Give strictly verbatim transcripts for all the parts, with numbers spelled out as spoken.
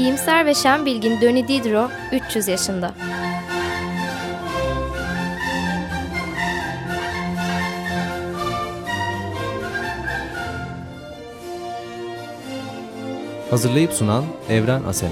İyimser ve şen bilgin Denis Diderot üç yüz yaşında. Hazırlayıp sunan Evren Asena.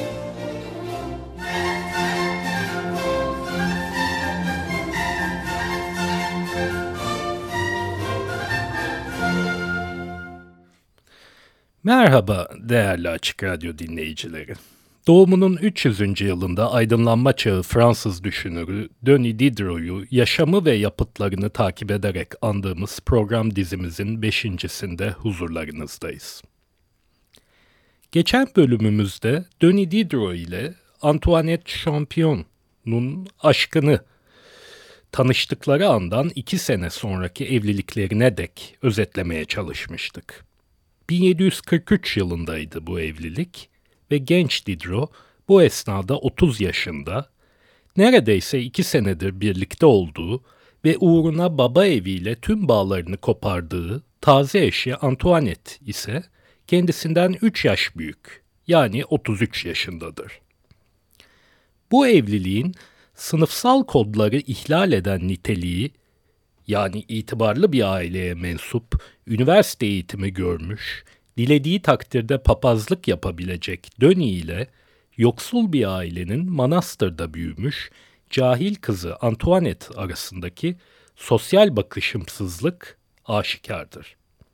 Merhaba değerli Açık Radyo dinleyicileri. Doğumunun üç yüzüncü yılında aydınlanma çağı Fransız düşünürü Denis Diderot'u yaşamı ve yapıtlarını takip ederek andığımız program dizimizin beşincisinde huzurlarınızdayız. Geçen bölümümüzde Denis Diderot ile Antoinette Champion'un aşkını tanıştıkları andan iki sene sonraki evliliklerine dek özetlemeye çalışmıştık. bin yedi yüz kırk üç yılındaydı bu evlilik ve genç Diderot bu esnada otuz yaşında, neredeyse iki senedir birlikte olduğu ve uğruna baba eviyle tüm bağlarını kopardığı taze eşi Antoinette ise kendisinden üç yaş büyük, yani otuz üç yaşındadır. Bu evliliğin sınıfsal kodları ihlal eden niteliği, yani itibarlı bir aileye mensup, üniversite eğitimi görmüş, dilediği takdirde papazlık yapabilecek Denis ile yoksul bir ailenin manastırda büyümüş, cahil kızı Antoinette arasındaki sosyal bakışımsızlık aşikardır.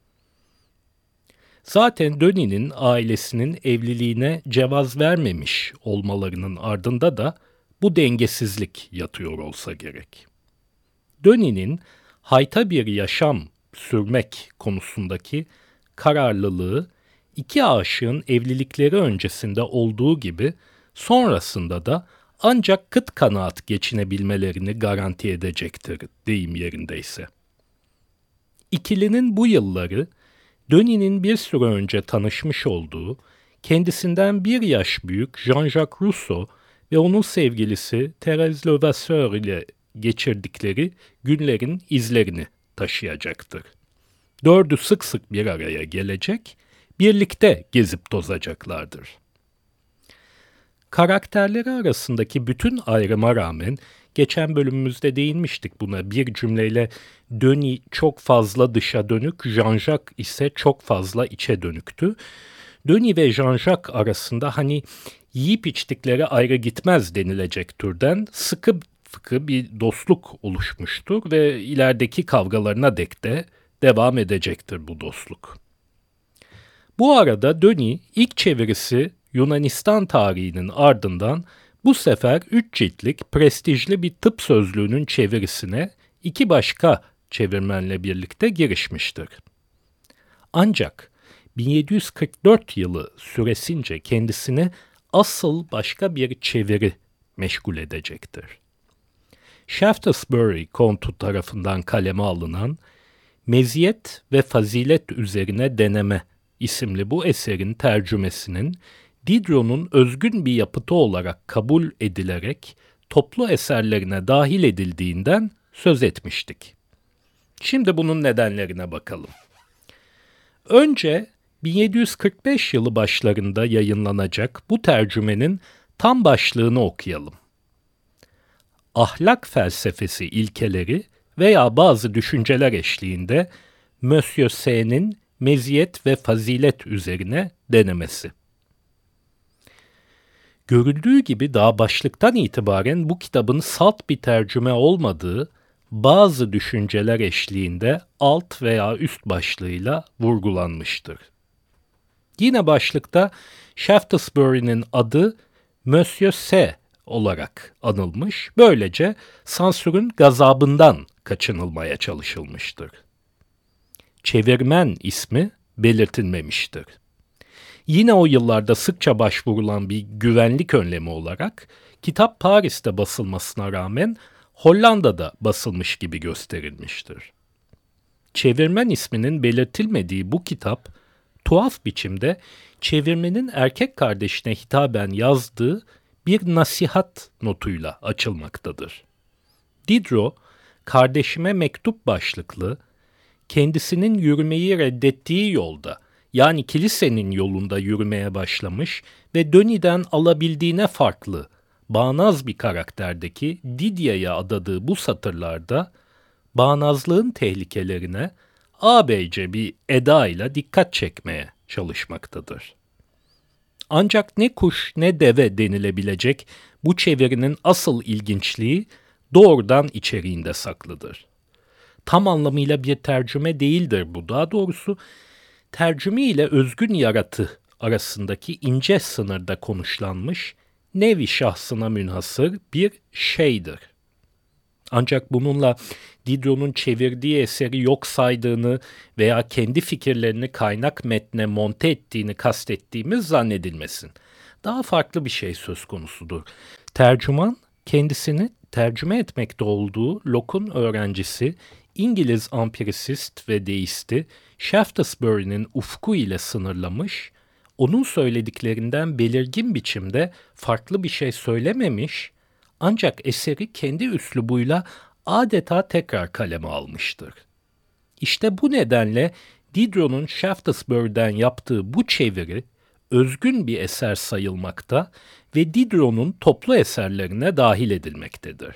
Zaten Denis'in ailesinin evliliğine cevaz vermemiş olmalarının ardında da bu dengesizlik yatıyor olsa gerek. Denis'in hayta bir yaşam sürmek konusundaki kararlılığı iki aşığın evlilikleri öncesinde olduğu gibi sonrasında da ancak kıt kanaat geçinebilmelerini garanti edecektir deyim yerindeyse. İkilinin bu yılları Denis'in bir süre önce tanışmış olduğu, kendisinden bir yaş büyük Jean-Jacques Rousseau ve onun sevgilisi Thérèse Levasseur ile geçirdikleri günlerin izlerini taşıyacaktır. Dördü sık sık bir araya gelecek, birlikte gezip tozacaklardır. Karakterleri arasındaki bütün ayrıma rağmen, geçen bölümümüzde değinmiştik buna, bir cümleyle Denis çok fazla dışa dönük, Jean-Jacques ise çok fazla içe dönüktü. Denis ve Jean-Jacques arasında hani yiyip içtikleri ayrı gitmez denilecek türden sıkı fıkı bir dostluk oluşmuştur ve ilerideki kavgalarına dek de devam edecektir bu dostluk. Bu arada Denis ilk çevirisi Yunanistan tarihinin ardından bu sefer üç ciltlik prestijli bir tıp sözlüğünün çevirisine iki başka çevirmenle birlikte girişmiştir. Ancak bin yedi yüz kırk dört yılı süresince kendisini asıl başka bir çeviri meşgul edecektir. Shaftesbury Kontu tarafından kaleme alınan Meziyet ve Fazilet Üzerine Deneme isimli bu eserin tercümesinin Diderot'un özgün bir yapıtı olarak kabul edilerek toplu eserlerine dahil edildiğinden söz etmiştik. Şimdi bunun nedenlerine bakalım. Önce bin yedi yüz kırk beş yılı başlarında yayınlanacak bu tercümenin tam başlığını okuyalım. Ahlak felsefesi ilkeleri veya bazı düşünceler eşliğinde Monsieur S'nin meziyet ve fazilet üzerine denemesi. Görüldüğü gibi daha başlıktan itibaren bu kitabın salt bir tercüme olmadığı, bazı düşünceler eşliğinde alt veya üst başlığıyla vurgulanmıştır. Yine başlıkta Shaftesbury'nin adı Monsieur S olarak anılmış, böylece sansürün gazabından kaçınılmaya çalışılmıştır. Çevirmen ismi belirtilmemiştir. Yine o yıllarda sıkça başvurulan bir güvenlik önlemi olarak kitap Paris'te basılmasına rağmen Hollanda'da basılmış gibi gösterilmiştir. Çevirmen isminin belirtilmediği bu kitap tuhaf biçimde çevirmenin erkek kardeşine hitaben yazdığı bir nasihat notuyla açılmaktadır. Diderot, kardeşime mektup başlıklı, kendisinin yürümeyi reddettiği yolda yani kilisenin yolunda yürümeye başlamış ve Döni'den alabildiğine farklı, bağnaz bir karakterdeki Didia'ya adadığı bu satırlarda bağnazlığın tehlikelerine ağabeyce bir edayla dikkat çekmeye çalışmaktadır. Ancak ne kuş ne deve denilebilecek bu çevirinin asıl ilginçliği doğrudan içeriğinde saklıdır. Tam anlamıyla bir tercüme değildir bu. Daha doğrusu tercüme ile özgün yaratı arasındaki ince sınırda konuşlanmış, nevi şahsına münhasır bir şeydir. Ancak bununla Diderot'un çevirdiği eseri yok saydığını veya kendi fikirlerini kaynak metne monte ettiğini kastettiğimiz zannedilmesin. Daha farklı bir şey söz konusudur. Tercüman kendisini tercüme etmekte olduğu Locke'un öğrencisi, İngiliz ampirisist ve deisti Shaftesbury'nin ufku ile sınırlamış, onun söylediklerinden belirgin biçimde farklı bir şey söylememiş, ancak eseri kendi üslubuyla adeta tekrar kaleme almıştır. İşte bu nedenle Diderot'un Shaftesbury'den yaptığı bu çeviri özgün bir eser sayılmakta ve Diderot'un toplu eserlerine dahil edilmektedir.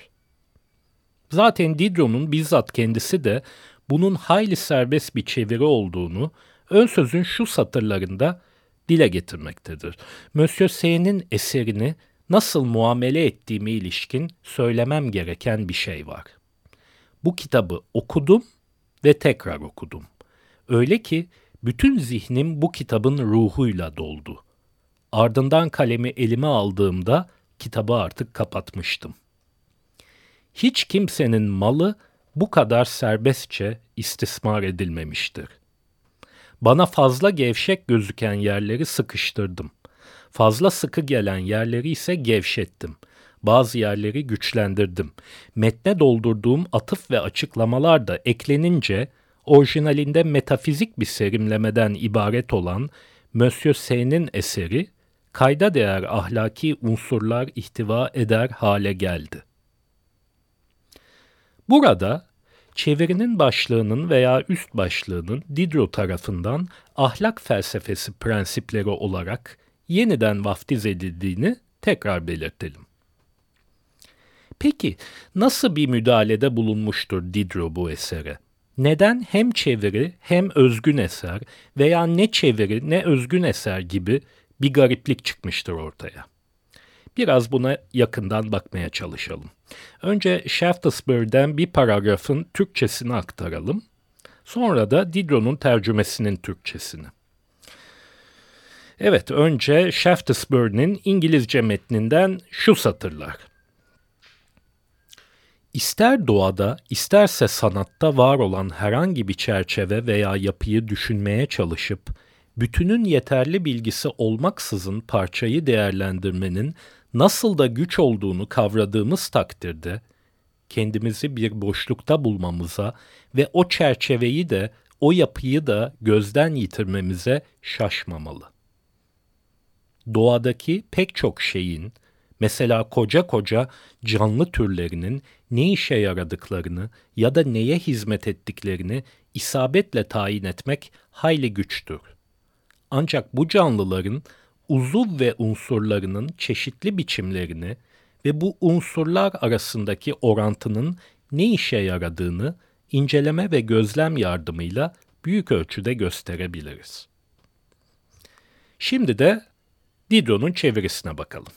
Zaten Diderot'un bizzat kendisi de bunun hayli serbest bir çeviri olduğunu ön sözün şu satırlarında dile getirmektedir. Monsieur C'nin eserini nasıl muamele ettiğime ilişkin söylemem gereken bir şey var. Bu kitabı okudum ve tekrar okudum. Öyle ki bütün zihnim bu kitabın ruhuyla doldu. Ardından kalemi elime aldığımda kitabı artık kapatmıştım. Hiç kimsenin malı bu kadar serbestçe istismar edilmemiştir. Bana fazla gevşek gözüken yerleri sıkıştırdım. Fazla sıkı gelen yerleri ise gevşettim. Bazı yerleri güçlendirdim. Metne doldurduğum atıf ve açıklamalar da eklenince orijinalinde metafizik bir serimlemeden ibaret olan Monsieur C'nin eseri kayda değer ahlaki unsurlar ihtiva eder hale geldi. Burada çevirinin başlığının veya üst başlığının Diderot tarafından ahlak felsefesi prensipleri olarak yeniden vaftiz edildiğini tekrar belirtelim. Peki nasıl bir müdahalede bulunmuştur Diderot bu esere? Neden hem çeviri hem özgün eser veya ne çeviri ne özgün eser gibi bir gariplik çıkmıştır ortaya? Biraz buna yakından bakmaya çalışalım. Önce Shaftesbury'den bir paragrafın Türkçesini aktaralım. Sonra da Diderot'un tercümesinin Türkçesini. Evet, önce Shaftesbury'nin İngilizce metninden şu satırlar. İster doğada, isterse sanatta var olan herhangi bir çerçeve veya yapıyı düşünmeye çalışıp, bütünün yeterli bilgisi olmaksızın parçayı değerlendirmenin nasıl da güç olduğunu kavradığımız takdirde, kendimizi bir boşlukta bulmamıza ve o çerçeveyi de, o yapıyı da gözden yitirmemize şaşmamalı. Doğadaki pek çok şeyin, mesela koca koca canlı türlerinin ne işe yaradıklarını ya da neye hizmet ettiklerini isabetle tayin etmek hayli güçtür. Ancak bu canlıların uzuv ve unsurlarının çeşitli biçimlerini ve bu unsurlar arasındaki orantının ne işe yaradığını inceleme ve gözlem yardımıyla büyük ölçüde gösterebiliriz. Şimdi de Diderot'un çevirisine bakalım.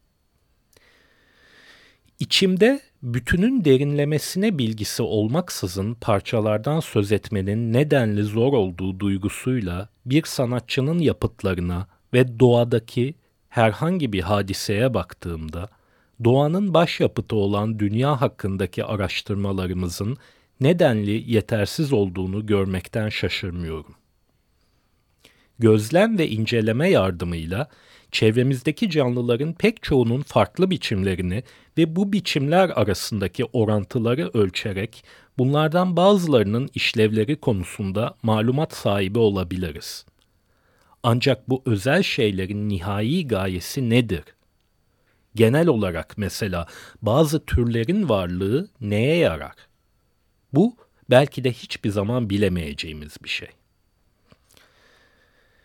İçimde bütünün derinlemesine bilgisi olmaksızın parçalardan söz etmenin nedenli zor olduğu duygusuyla bir sanatçının yapıtlarına ve doğadaki herhangi bir hadiseye baktığımda, doğanın başyapıtı olan dünya hakkındaki araştırmalarımızın nedenli yetersiz olduğunu görmekten şaşırmıyorum. Gözlem ve inceleme yardımıyla çevremizdeki canlıların pek çoğunun farklı biçimlerini ve bu biçimler arasındaki orantıları ölçerek bunlardan bazılarının işlevleri konusunda malumat sahibi olabiliriz. Ancak bu özel şeylerin nihai gayesi nedir? Genel olarak mesela bazı türlerin varlığı neye yarar? Bu belki de hiçbir zaman bilemeyeceğimiz bir şey.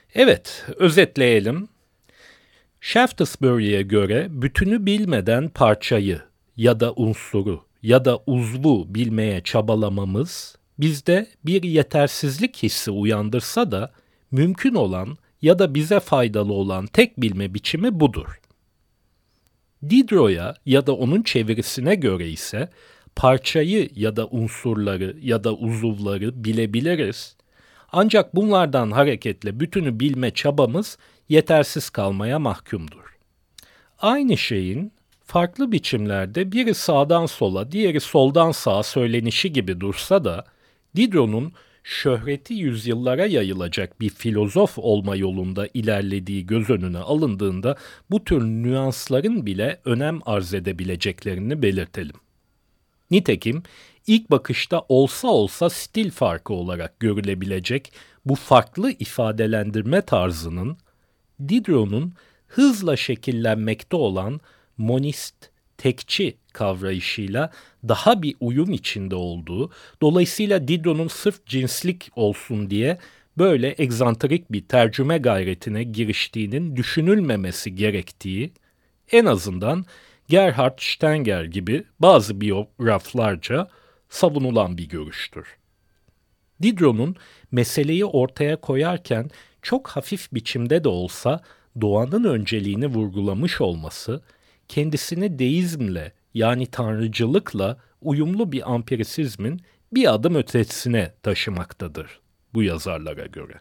Evet, özetleyelim. Shaftesbury'e göre bütünü bilmeden parçayı ya da unsuru ya da uzvu bilmeye çabalamamız bizde bir yetersizlik hissi uyandırsa da mümkün olan ya da bize faydalı olan tek bilme biçimi budur. Diderot'a ya da onun çevirisine göre ise parçayı ya da unsurları ya da uzuvları bilebiliriz. Ancak bunlardan hareketle bütünü bilme çabamız yetersiz kalmaya mahkumdur. Aynı şeyin farklı biçimlerde biri sağdan sola, diğeri soldan sağa söylenişi gibi dursa da Diderot'un şöhreti yüzyıllara yayılacak bir filozof olma yolunda ilerlediği göz önüne alındığında bu tür nüansların bile önem arz edebileceklerini belirtelim. Nitekim ilk bakışta olsa olsa stil farkı olarak görülebilecek bu farklı ifadelendirme tarzının Diderot'un hızla şekillenmekte olan monist, tekçi kavrayışıyla daha bir uyum içinde olduğu, dolayısıyla Diderot'un sırf cinslik olsun diye böyle egzantrik bir tercüme gayretine giriştiğinin düşünülmemesi gerektiği, en azından Gerhard Stenger gibi bazı biyograflarca savunulan bir görüştür. Diderot'un meseleyi ortaya koyarken çok hafif biçimde de olsa doğanın önceliğini vurgulamış olması, kendisini deizmle yani tanrıcılıkla uyumlu bir ampirisizmin bir adım ötesine taşımaktadır bu yazarlara göre.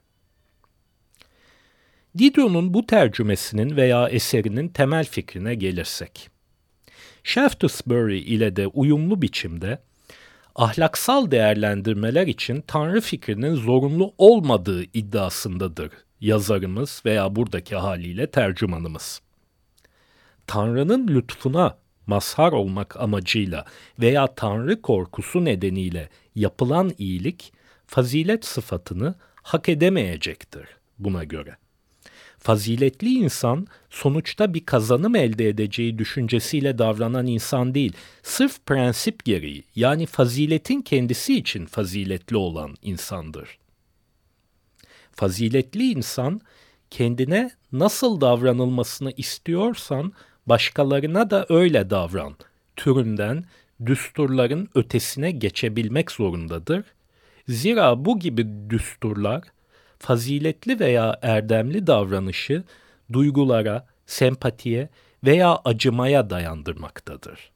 Diderot'un bu tercümesinin veya eserinin temel fikrine gelirsek, Shaftesbury ile de uyumlu biçimde ahlaksal değerlendirmeler için Tanrı fikrinin zorunlu olmadığı iddiasındadır yazarımız veya buradaki haliyle tercümanımız. Tanrı'nın lütfuna mazhar olmak amacıyla veya Tanrı korkusu nedeniyle yapılan iyilik, fazilet sıfatını hak edemeyecektir buna göre. Faziletli insan sonuçta bir kazanım elde edeceği düşüncesiyle davranan insan değil, sırf prensip gereği yani faziletin kendisi için faziletli olan insandır. Faziletli insan kendine nasıl davranılmasını istiyorsan başkalarına da öyle davran türünden düsturların ötesine geçebilmek zorundadır. Zira bu gibi düsturlar faziletli veya erdemli davranışı duygulara, sempatiye veya acımaya dayandırmaktadır.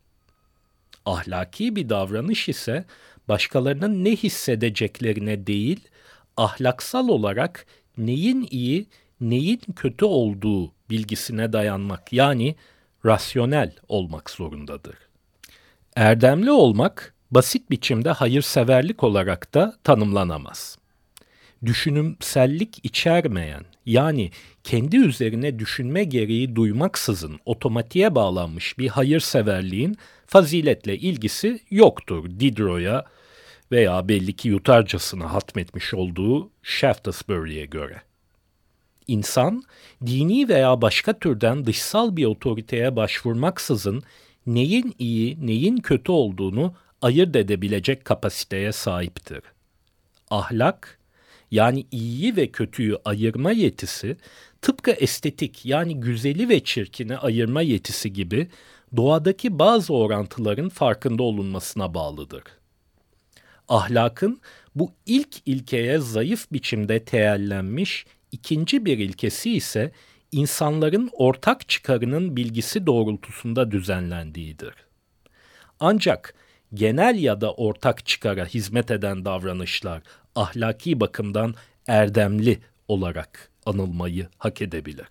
Ahlaki bir davranış ise başkalarının ne hissedeceklerine değil, ahlaksal olarak neyin iyi, neyin kötü olduğu bilgisine dayanmak yani rasyonel olmak zorundadır. Erdemli olmak basit biçimde hayırseverlik olarak da tanımlanamaz. Düşünümsellik içermeyen yani kendi üzerine düşünme gereği duymaksızın otomatiğe bağlanmış bir hayırseverliğin faziletle ilgisi yoktur Diderot'a veya belli ki yutarcasına hatmetmiş olduğu Shaftesbury'e göre. İnsan, dini veya başka türden dışsal bir otoriteye başvurmaksızın neyin iyi, neyin kötü olduğunu ayırt edebilecek kapasiteye sahiptir. Ahlak, yani iyiyi ve kötüyü ayırma yetisi, tıpkı estetik yani güzeli ve çirkini ayırma yetisi gibi doğadaki bazı orantıların farkında olunmasına bağlıdır. Ahlakın bu ilk ilkeye zayıf biçimde teellenmiş ikinci bir ilkesi ise insanların ortak çıkarının bilgisi doğrultusunda düzenlendiğidir. Ancak genel ya da ortak çıkara hizmet eden davranışlar ahlaki bakımdan erdemli olarak anılmayı hak edebilir.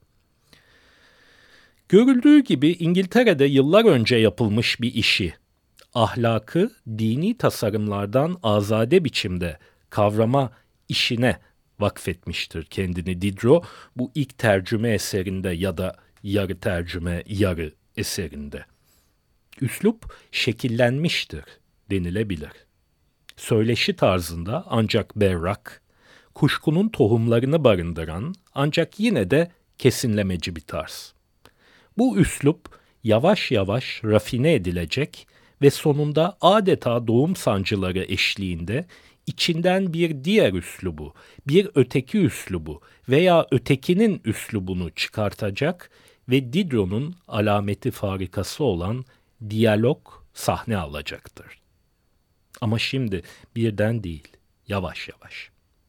Görüldüğü gibi İngiltere'de yıllar önce yapılmış bir işi, ahlakı dini tasarımlardan azade biçimde kavrama işine vakfetmiştir kendini Diderot bu ilk tercüme eserinde ya da yarı tercüme yarı eserinde. Üslup şekillenmiştir denilebilir. Söyleşi tarzında ancak berrak, kuşkunun tohumlarını barındıran ancak yine de kesinlemeci bir tarz. Bu üslup yavaş yavaş rafine edilecek ve sonunda adeta doğum sancıları eşliğinde içinden bir diğer üslubu, bir öteki üslubu veya ötekinin üslubunu çıkartacak ve Diderot'un alameti farikası olan diyalog sahne alacaktır. Ama şimdi birden değil, yavaş yavaş.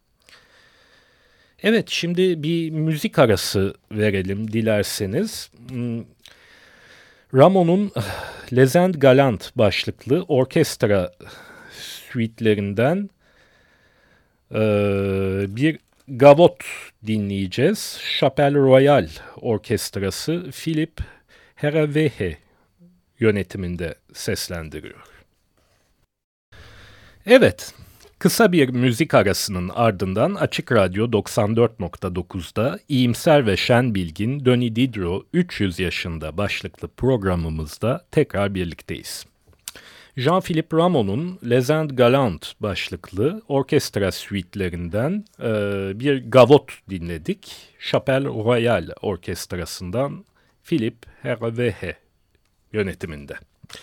Evet, şimdi bir müzik arası verelim dilerseniz. Rameau'nun Les Indes Galantes başlıklı orkestra suite'lerinden e, bir gavot dinleyeceğiz. Chapelle Royale Orkestrası Philippe Hervé yönetiminde seslendiriyor. Evet, kısa bir müzik arasının ardından Açık Radyo doksan dört nokta dokuzda İyimser ve Şen Bilgin Denis Diderot üç yüz yaşında başlıklı programımızda tekrar birlikteyiz. Jean-Philippe Rameau'nun Les Indes Galantes başlıklı orkestra suite'lerinden e, bir gavot dinledik. Chapelle Royale Orkestrası'ndan Philippe Hervé yönetiminde.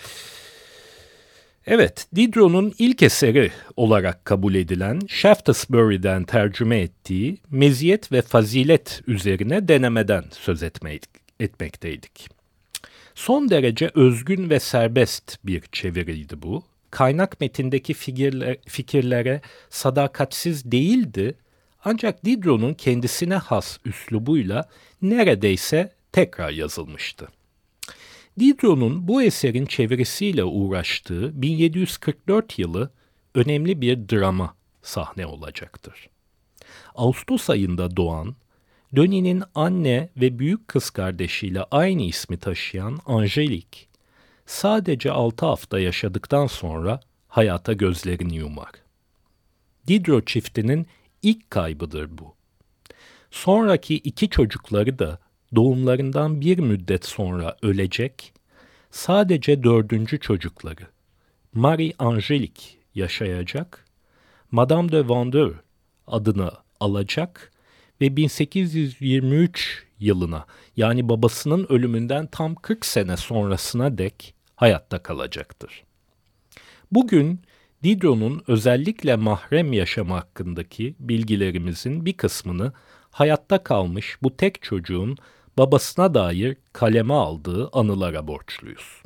Evet, Diderot'un ilk eseri olarak kabul edilen Shaftesbury'den tercüme ettiği Meziyet ve Fazilet üzerine denemeden söz etmekteydik. Son derece özgün ve serbest bir çeviriydi bu. Kaynak metindeki fikirler, fikirlere sadakatsiz değildi, ancak Diderot'un kendisine has üslubuyla neredeyse tekrar yazılmıştı. Diderot'un bu eserin çevirisiyle uğraştığı bin yedi yüz kırk dört yılı önemli bir drama sahne olacaktır. Ağustos ayında doğan, Denis'in anne ve büyük kız kardeşiyle aynı ismi taşıyan Angélique, sadece altı hafta yaşadıktan sonra hayata gözlerini yumar. Diderot çiftinin ilk kaybıdır bu. Sonraki iki çocukları da doğumlarından bir müddet sonra ölecek, sadece dördüncü çocukları Marie Angélique yaşayacak, Madame de Vendôme adını alacak ve bin sekiz yüz yirmi üç yılına, yani babasının ölümünden tam kırk sene sonrasına dek hayatta kalacaktır. Bugün Diderot'un özellikle mahrem yaşamı hakkındaki bilgilerimizin bir kısmını hayatta kalmış bu tek çocuğun babasına dair kaleme aldığı anılara borçluyuz.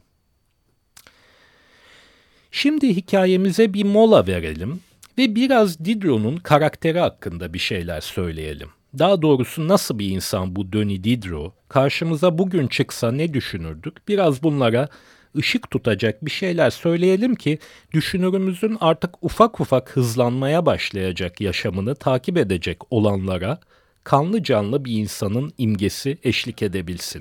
Şimdi hikayemize bir mola verelim ve biraz Diderot'un karakteri hakkında bir şeyler söyleyelim. Daha doğrusu nasıl bir insan bu Denis Diderot? Karşımıza bugün çıksa ne düşünürdük? Biraz bunlara ışık tutacak bir şeyler söyleyelim ki düşünürümüzün artık ufak ufak hızlanmaya başlayacak yaşamını takip edecek olanlara kanlı canlı bir insanın imgesi eşlik edebilsin.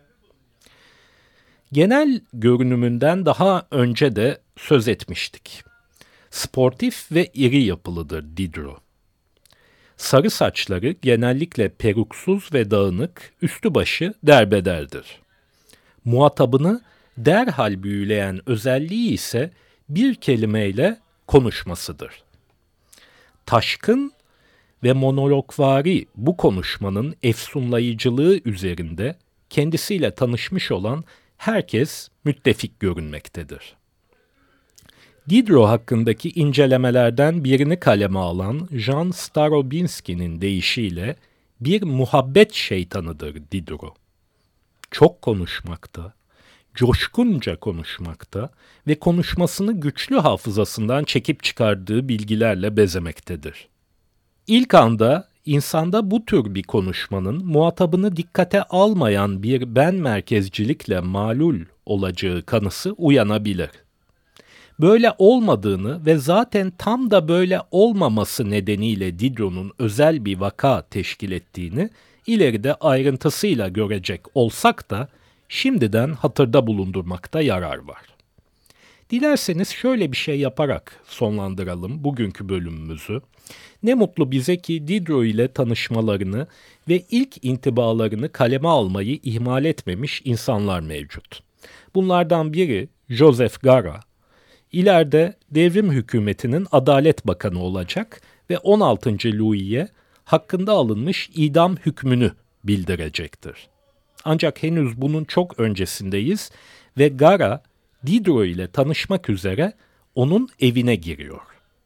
Genel görünümünden daha önce de söz etmiştik. Sportif ve iri yapılıdır Diderot. Sarı saçları genellikle peruksuz ve dağınık, üstü başı derbederdir. Muhatabını derhal büyüleyen özelliği ise bir kelimeyle konuşmasıdır. Taşkın ve monologvari bu konuşmanın efsunlayıcılığı üzerinde kendisiyle tanışmış olan herkes müttefik görünmektedir. Diderot hakkındaki incelemelerden birini kaleme alan Jean Starobinski'nin deyişiyle bir muhabbet şeytanıdır Diderot. Çok konuşmakta, coşkunca konuşmakta ve konuşmasını güçlü hafızasından çekip çıkardığı bilgilerle bezemektedir. İlk anda insanda bu tür bir konuşmanın muhatabını dikkate almayan bir ben merkezcilikle malul olacağı kanısı uyanabilir. Böyle olmadığını ve zaten tam da böyle olmaması nedeniyle Diderot'un özel bir vaka teşkil ettiğini ileride ayrıntısıyla görecek olsak da şimdiden hatırda bulundurmakta yarar var. Dilerseniz şöyle bir şey yaparak sonlandıralım bugünkü bölümümüzü. Ne mutlu bize ki Diderot ile tanışmalarını ve ilk intibalarını kaleme almayı ihmal etmemiş insanlar mevcut. Bunlardan biri Joseph Gara, ileride devrim hükümetinin Adalet Bakanı olacak ve on altıncı Louis'ye hakkında alınmış idam hükmünü bildirecektir. Ancak henüz bunun çok öncesindeyiz ve Gara Diderot ile tanışmak üzere onun evine giriyor.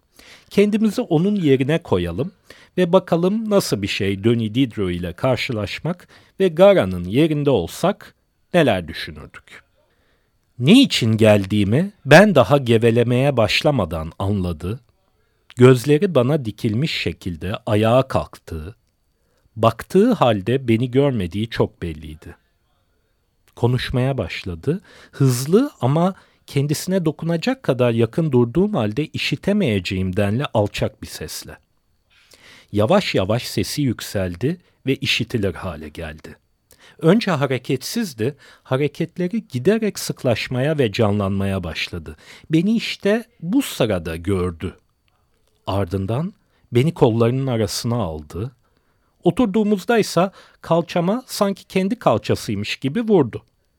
Kendimizi onun yerine koyalım ve bakalım nasıl bir şey Denis Diderot ile karşılaşmak ve Gara'nın yerinde olsak neler düşünürdük? Ne için geldiğimi ben daha gevelemeye başlamadan anladı, gözleri bana dikilmiş şekilde ayağa kalktığı, baktığı halde beni görmediği çok belliydi. Konuşmaya başladı, hızlı ama kendisine dokunacak kadar yakın durduğum halde işitemeyeceğim denli alçak bir sesle. Yavaş yavaş sesi yükseldi ve işitilir hale geldi. Önce hareketsizdi, hareketleri giderek sıklaşmaya ve canlanmaya başladı. Beni işte bu sırada gördü. Ardından beni kollarının arasına aldı. Oturduğumuzdaysa kalçama sanki kendi kalçasıymış gibi vurdu.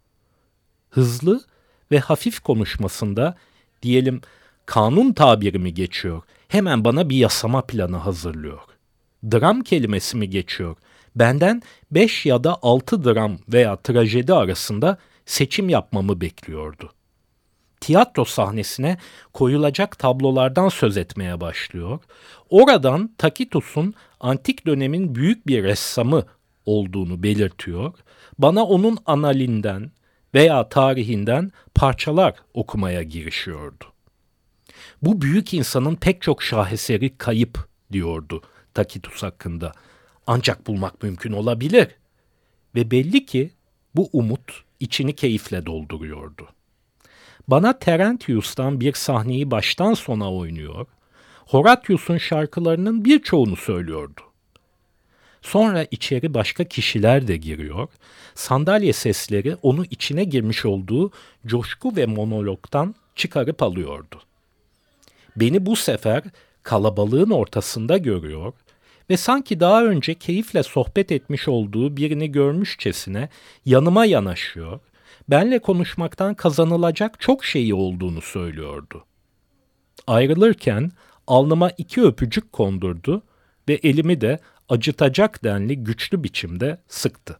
Hızlı ve hafif konuşmasında, diyelim kanun tabiri mi geçiyor, hemen bana bir yasama planı hazırlıyor. Dram kelimesi mi geçiyor, benden beş ya da altı dram veya trajedi arasında seçim yapmamı bekliyordu. Tiyatro sahnesine koyulacak tablolardan söz etmeye başlıyor. Oradan Tacitus'un antik dönemin büyük bir ressamı olduğunu belirtiyor. Bana onun analinden veya tarihinden parçalar okumaya girişiyordu. Bu büyük insanın pek çok şaheseri kayıp diyordu Tacitus hakkında. Ancak bulmak mümkün olabilir. Ve belli ki bu umut içini keyifle dolduruyordu. Bana Terentius'tan bir sahneyi baştan sona oynuyor, Horatius'un şarkılarının birçoğunu söylüyordu. Sonra içeri başka kişiler de giriyor, sandalye sesleri onu içine girmiş olduğu coşku ve monologdan çıkarıp alıyordu. Beni bu sefer kalabalığın ortasında görüyor ve sanki daha önce keyifle sohbet etmiş olduğu birini görmüşçesine yanıma yanaşıyor, benle konuşmaktan kazanılacak çok şeyi olduğunu söylüyordu. Ayrılırken alnıma iki öpücük kondurdu ve elimi de acıtacak denli güçlü biçimde sıktı.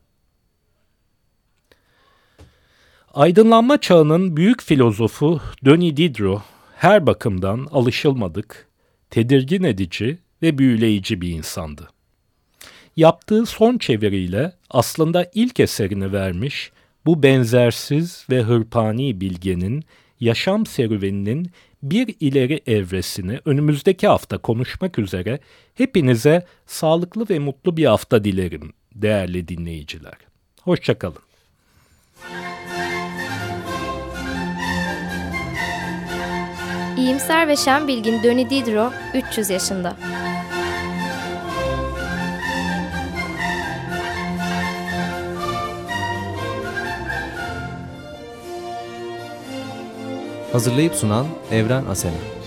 Aydınlanma çağının büyük filozofu Denis Diderot her bakımdan alışılmadık, tedirgin edici ve büyüleyici bir insandı. Yaptığı son çeviriyle aslında ilk eserini vermiş, bu benzersiz ve hırpani bilgenin yaşam serüveninin bir ileri evresini önümüzdeki hafta konuşmak üzere hepinize sağlıklı ve mutlu bir hafta dilerim değerli dinleyiciler. Hoşça kalın. İyimser ve şen bilgin Denis Diderot üç yüz yaşında. Hazırlayıp sunan Evren Asena.